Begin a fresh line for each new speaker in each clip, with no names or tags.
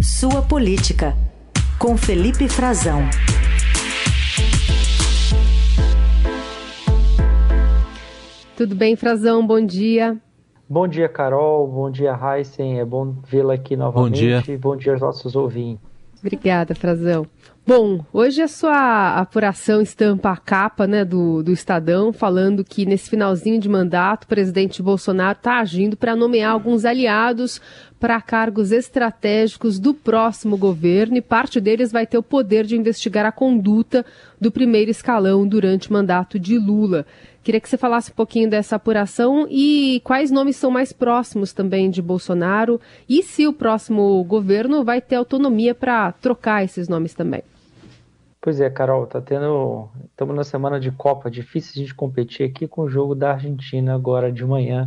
Sua Política, com Felipe Frazão.
Tudo bem, Frazão? Bom dia.
Bom dia, Carol. Bom dia, Heisen. É bom vê-la aqui novamente. Bom dia aos nossos ouvintes.
Obrigada, Frazão. Bom, hoje a sua apuração estampa a capa, do Estadão, falando que nesse finalzinho de mandato o presidente Bolsonaro está agindo para nomear alguns aliados para cargos estratégicos do próximo governo, e parte deles vai ter o poder de investigar a conduta do primeiro escalão durante o mandato de Lula. Queria que você falasse um pouquinho dessa apuração e quais nomes são mais próximos também de Bolsonaro, e se o próximo governo vai ter autonomia para trocar esses nomes também.
Pois é, Carol, estamos na semana de Copa, difícil a gente competir aqui com o jogo da Argentina agora de manhã,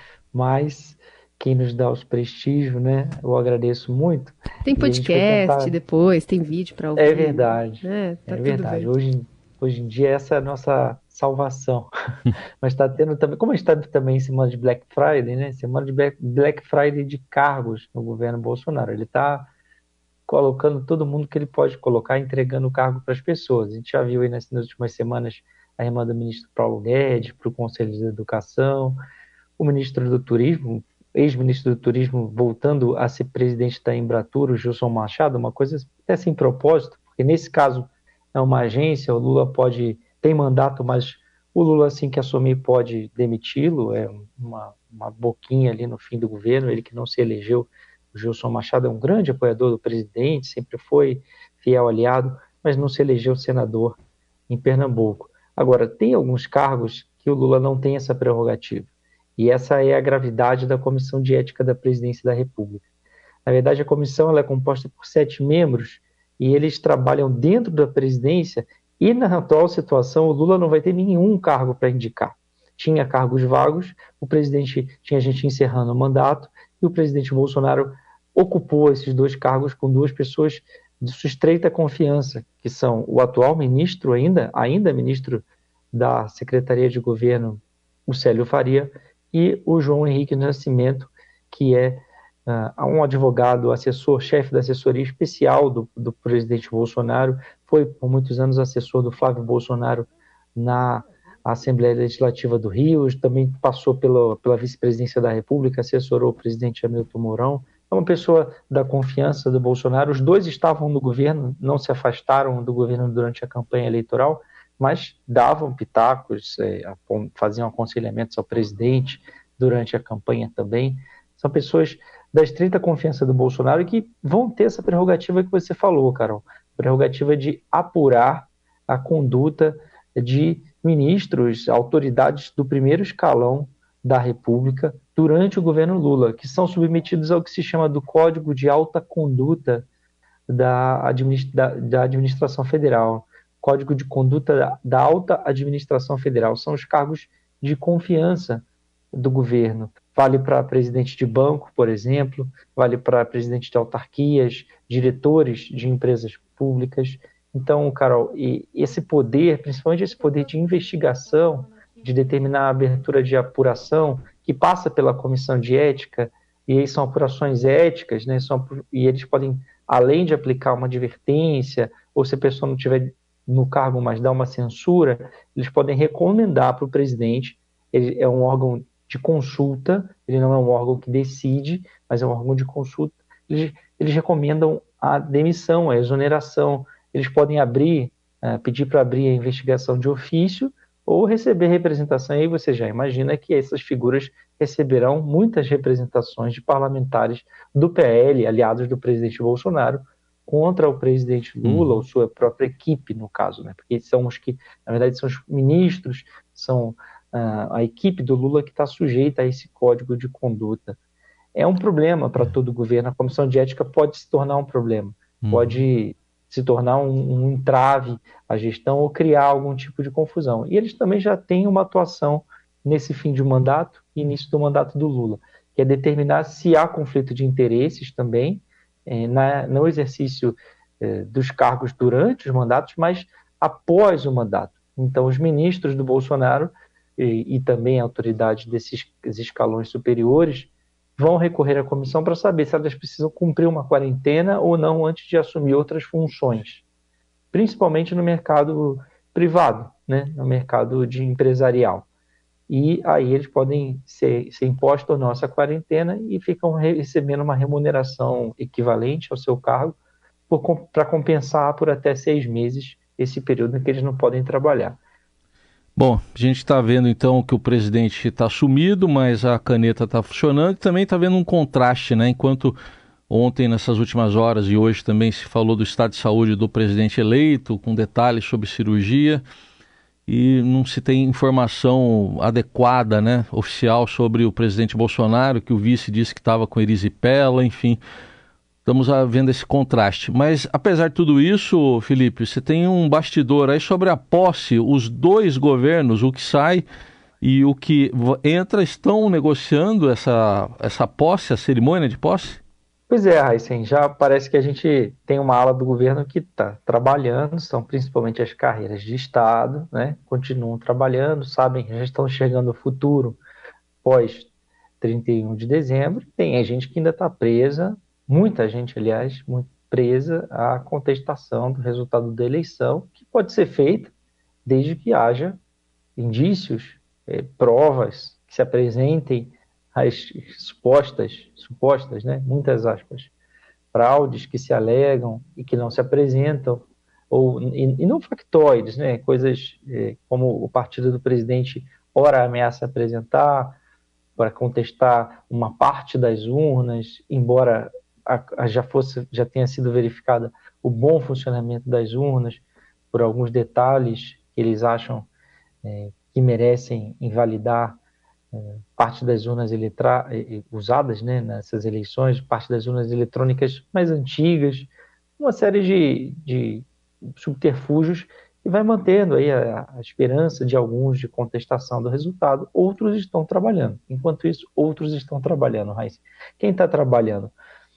mas quem nos dá os prestígios, né, eu agradeço muito.
Tem podcast depois, tem vídeo para ouvir.
É verdade,
é
verdade. Hoje em dia essa é a nossa salvação. Mas está tendo também, como a gente está também em semana de Black Friday, né, semana de Black Friday de cargos no governo Bolsonaro, ele está colocando todo mundo que ele pode colocar, entregando o cargo para as pessoas. A gente já viu aí nas últimas semanas a remanda do ministro Paulo Guedes para o Conselho de Educação, o ministro do Turismo, ex-ministro do Turismo, voltando a ser presidente da Embratur, o Gilson Machado, uma coisa até sem propósito, porque nesse caso é uma agência, o Lula tem mandato, mas o Lula, assim que assumir, pode demiti-lo, é uma boquinha ali no fim do governo, ele que não se elegeu. O Gilson Machado é um grande apoiador do presidente, sempre foi fiel aliado, mas não se elegeu senador em Pernambuco. Agora, tem alguns cargos que o Lula não tem essa prerrogativa, e essa é a gravidade da Comissão de Ética da Presidência da República. Na verdade, a comissão ela é composta por 7 membros, e eles trabalham dentro da presidência, e na atual situação o Lula não vai ter nenhum cargo para indicar. Tinha cargos vagos, o presidente tinha gente encerrando o mandato, e o presidente Bolsonaro ocupou esses 2 cargos com 2 pessoas de sua estreita confiança, que são o atual ministro, ainda ministro da Secretaria de Governo, o Célio Faria, e o João Henrique Nascimento, que é um advogado, chefe da assessoria especial do presidente Bolsonaro, foi por muitos anos assessor do Flávio Bolsonaro na Assembleia Legislativa do Rio, também passou pela vice-presidência da República, assessorou o presidente Hamilton Mourão. É uma pessoa da confiança do Bolsonaro. Os 2 estavam no governo, não se afastaram do governo durante a campanha eleitoral, mas davam pitacos, faziam aconselhamentos ao presidente durante a campanha também. São pessoas da estreita confiança do Bolsonaro e que vão ter essa prerrogativa que você falou, Carol, prerrogativa de apurar a conduta de ministros, autoridades do primeiro escalão da República durante o governo Lula, que são submetidos ao que se chama do Código de Alta Conduta da Administração Federal. Código de Conduta da Alta Administração Federal. São os cargos de confiança do governo. Vale para presidente de banco, por exemplo, vale para presidente de autarquias, diretores de empresas públicas. Então, Carol, e esse poder, principalmente esse poder de investigação, de determinar a abertura de apuração, que passa pela comissão de ética, e aí são apurações éticas, né? E eles podem, além de aplicar uma advertência, ou se a pessoa não tiver no cargo, mas dar uma censura, eles podem recomendar para o presidente. Ele é um órgão de consulta, ele não é um órgão que decide, mas é um órgão de consulta. Eles recomendam a demissão, a exoneração. Eles podem pedir para abrir a investigação de ofício ou receber representação. E aí você já imagina que essas figuras receberão muitas representações de parlamentares do PL, aliados do presidente Bolsonaro, contra o presidente Lula, ou sua própria equipe, no caso, né? Porque são os que, na verdade, são os ministros, são a equipe do Lula que está sujeita a esse código de conduta. É um problema para todo o governo. A comissão de ética pode se tornar um problema, pode se tornar um entrave à gestão ou criar algum tipo de confusão. E eles também já têm uma atuação nesse fim de mandato e início do mandato do Lula, que é determinar se há conflito de interesses também no exercício dos cargos durante os mandatos, mas após o mandato. Então, os ministros do Bolsonaro e também a autoridade desses escalões superiores vão recorrer à comissão para saber se elas precisam cumprir uma quarentena ou não antes de assumir outras funções, principalmente no mercado privado, né? No mercado de empresarial. E aí eles podem ser impostos ou não essa quarentena e ficam recebendo uma remuneração equivalente ao seu cargo para compensar por até 6 meses esse período em que eles não podem trabalhar.
Bom, a gente está vendo então que o presidente está sumido, mas a caneta está funcionando e também está vendo um contraste, né? Enquanto ontem, nessas últimas horas e hoje também se falou do estado de saúde do presidente eleito, com detalhes sobre cirurgia, e não se tem informação adequada, né, oficial sobre o presidente Bolsonaro, que o vice disse que estava com erisipela, enfim. Estamos vendo esse contraste. Mas, apesar de tudo isso, Felipe, você tem um bastidor aí sobre a posse. Os dois governos, o que sai e o que entra, estão negociando essa posse, a cerimônia de posse?
Pois é, Heisen, já parece que a gente tem uma ala do governo que está trabalhando, são principalmente as carreiras de Estado, né? Continuam trabalhando, sabem que já estão chegando o futuro pós 31 de dezembro. Tem gente que ainda está presa, muita gente, aliás, muito presa à contestação do resultado da eleição, que pode ser feita desde que haja indícios, provas que se apresentem as supostas, né, muitas aspas, fraudes que se alegam e que não se apresentam, e não factoides, né, coisas como o partido do presidente ora ameaça apresentar para contestar uma parte das urnas, embora já tenha sido verificada o bom funcionamento das urnas, por alguns detalhes que eles acham que merecem invalidar parte das urnas usadas, né, nessas eleições, parte das urnas eletrônicas mais antigas, uma série de subterfúgios que vai mantendo aí a esperança de alguns de contestação do resultado. Outros estão trabalhando. Enquanto isso, outros estão trabalhando, Raíssa. Quem está trabalhando?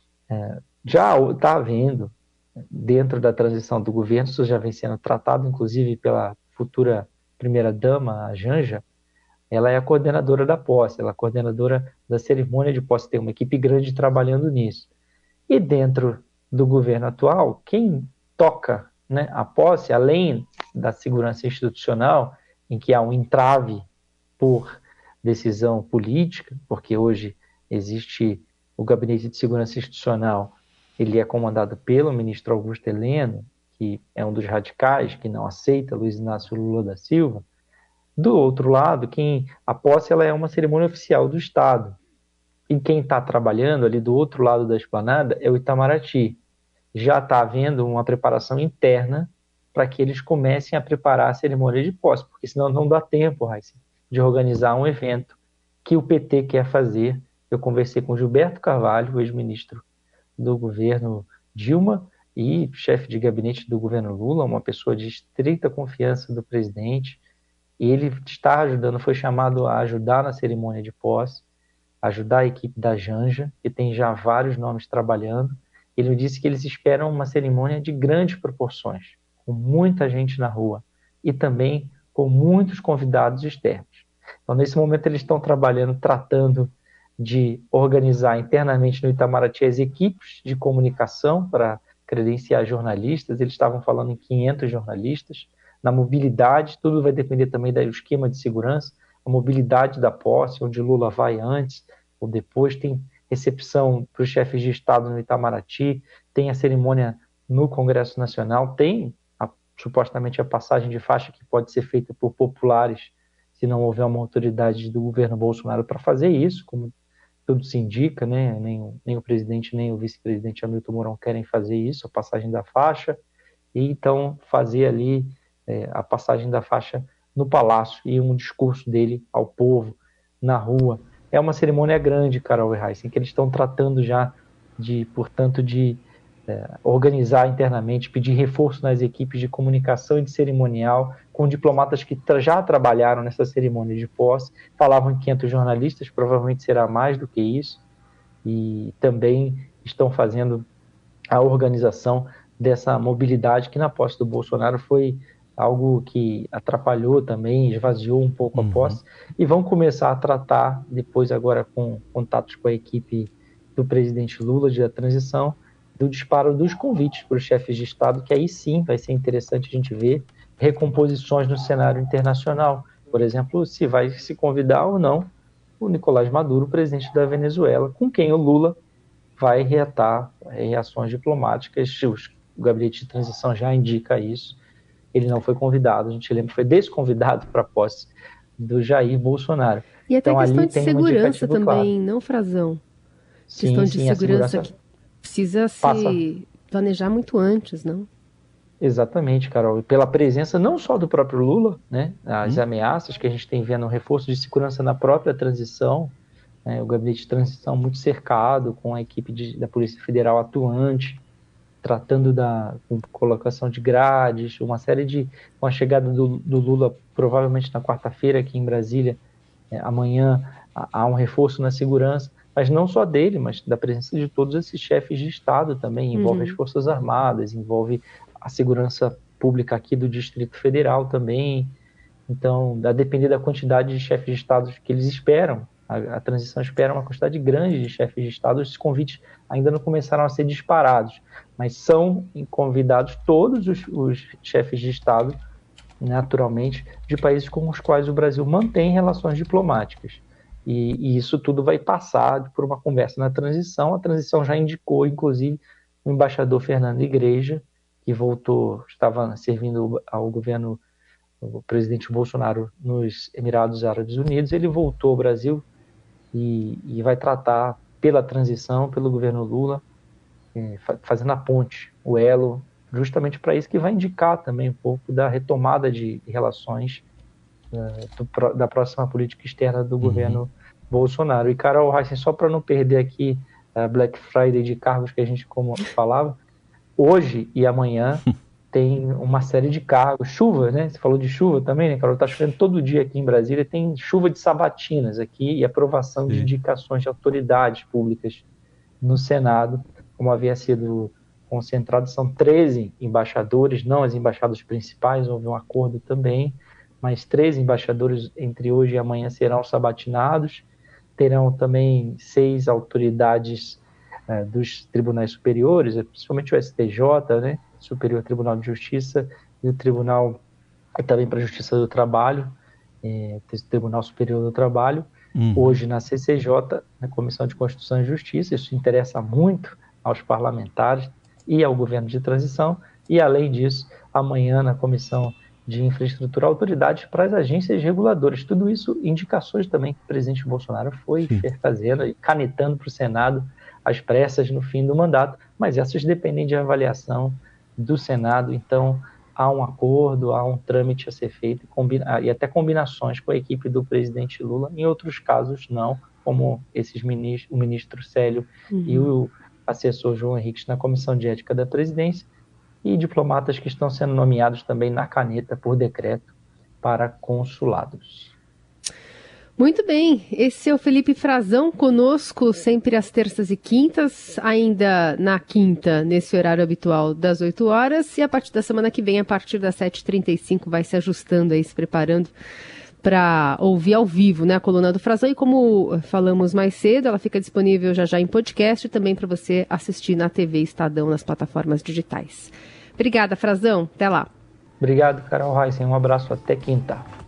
Já está havendo, dentro da transição do governo, isso já vem sendo tratado, inclusive pela futura primeira-dama, a Janja. Ela é a coordenadora da posse, ela é a coordenadora da cerimônia de posse, tem uma equipe grande trabalhando nisso. E dentro do governo atual, quem toca, né, a posse, além da segurança institucional, em que há um entrave por decisão política, porque hoje existe o Gabinete de Segurança Institucional, ele é comandado pelo ministro Augusto Heleno, que é um dos radicais, que não aceita Luiz Inácio Lula da Silva. Do outro lado, a posse ela é uma cerimônia oficial do Estado. E quem está trabalhando ali do outro lado da esplanada é o Itamaraty. Já está havendo uma preparação interna para que eles comecem a preparar a cerimônia de posse, porque senão não dá tempo, Raíssa, de organizar um evento que o PT quer fazer. Eu conversei com Gilberto Carvalho, o ex-ministro do governo Dilma e chefe de gabinete do governo Lula, uma pessoa de estreita confiança do presidente. Ele está ajudando, foi chamado a ajudar na cerimônia de posse, ajudar a equipe da Janja, que tem já vários nomes trabalhando. Ele me disse que eles esperam uma cerimônia de grandes proporções, com muita gente na rua e também com muitos convidados externos. Então, nesse momento, eles estão trabalhando, tratando de organizar internamente no Itamaraty as equipes de comunicação para credenciar jornalistas. Eles estavam falando em 500 jornalistas. Na mobilidade, tudo vai depender também do esquema de segurança, a mobilidade da posse, onde Lula vai antes ou depois, tem recepção para os chefes de Estado no Itamaraty, tem a cerimônia no Congresso Nacional, tem supostamente a passagem de faixa que pode ser feita por populares, se não houver uma autoridade do governo Bolsonaro para fazer isso, como tudo se indica, né? Nem o presidente, nem o vice-presidente Hamilton Mourão querem fazer isso, a passagem da faixa, e então fazer ali a passagem da faixa no Palácio e um discurso dele ao povo na rua. É uma cerimônia grande, Carol e Heissen, que eles estão tratando já portanto, de organizar internamente, pedir reforço nas equipes de comunicação e de cerimonial, com diplomatas que já trabalharam nessa cerimônia de posse, falavam em 500 jornalistas, provavelmente será mais do que isso, e também estão fazendo a organização dessa mobilidade que na posse do Bolsonaro foi algo que atrapalhou também, esvaziou um pouco a posse, e vão começar a tratar, depois agora com contatos com a equipe do presidente Lula de transição, do disparo dos convites para os chefes de Estado, que aí sim vai ser interessante a gente ver recomposições no cenário internacional. Por exemplo, se vai se convidar ou não o Nicolás Maduro, presidente da Venezuela, com quem o Lula vai reatar reações diplomáticas. O gabinete de transição já indica isso. Ele não foi convidado, a gente lembra, foi desconvidado para a posse do Jair Bolsonaro.
E até
então,
questão
ali
de
tem
segurança também,
claro.
Não, Frazão?
Sim,
questão de segurança que precisa
passa.
se planejar muito antes, não?
Exatamente, Carol. E pela presença não só do próprio Lula, né, as ameaças que a gente tem vendo, um reforço de segurança na própria transição, né, o gabinete de transição muito cercado, com a equipe da Polícia Federal atuante, tratando com colocação de grades, uma série com a chegada do Lula, provavelmente na quarta-feira aqui em Brasília, amanhã há um reforço na segurança, mas não só dele, mas da presença de todos esses chefes de Estado também, envolve as Forças Armadas, envolve a segurança pública aqui do Distrito Federal também. Então, a depender da quantidade de chefes de Estado que eles esperam, a transição espera uma quantidade grande de chefes de Estado. Esses convites ainda não começaram a ser disparados, mas são convidados todos os chefes de Estado, naturalmente, de países com os quais o Brasil mantém relações diplomáticas. E isso tudo vai passar por uma conversa na transição. A transição já indicou, inclusive, o embaixador Fernando Igreja, que estava servindo ao governo, o presidente Bolsonaro, nos Emirados Árabes Unidos. Ele voltou ao Brasil e vai tratar pela transição, pelo governo Lula, fazendo a ponte, o elo, justamente para isso, que vai indicar também um pouco da retomada de relações da próxima política externa do governo Bolsonaro. E, Carol Heissen, só para não perder aqui a Black Friday de cargos que a gente falava, hoje e amanhã tem uma série de cargos, chuva, né? Você falou de chuva também, né, Carol? Está chovendo todo dia aqui em Brasília, tem chuva de sabatinas aqui e aprovação de indicações de autoridades públicas no Senado, como havia sido concentrado. São 13 embaixadores, não as embaixadas principais, houve um acordo também, mas 13 embaixadores entre hoje e amanhã serão sabatinados. Terão também 6 autoridades dos tribunais superiores, principalmente o STJ, né, Superior Tribunal de Justiça, e o Tribunal também para a Justiça do Trabalho, Tribunal Superior do Trabalho, hoje na CCJ, na Comissão de Constituição e Justiça. Isso interessa muito aos parlamentares e ao governo de transição, e além disso, amanhã na Comissão de Infraestrutura, autoridades para as agências reguladoras. Tudo isso, indicações também que o presidente Bolsonaro foi fazendo e canetando para o Senado às pressas no fim do mandato, mas essas dependem de avaliação do Senado. Então há um acordo, há um trâmite a ser feito e até combinações com a equipe do presidente Lula. Em outros casos não, como o ministro Célio e o assessor João Henrique na Comissão de Ética da Presidência, e diplomatas que estão sendo nomeados também na caneta por decreto para consulados.
Muito bem, esse é o Felipe Frazão, conosco sempre às terças e quintas, ainda na quinta, nesse horário habitual das 8 horas, e a partir da semana que vem, a partir das 7h35, vai se ajustando aí, se preparando para ouvir ao vivo, né, a coluna do Frazão. E como falamos mais cedo, ela fica disponível já em podcast e também para você assistir na TV Estadão, nas plataformas digitais. Obrigada, Frazão. Até lá.
Obrigado, Carol Heissen. Um abraço até quinta.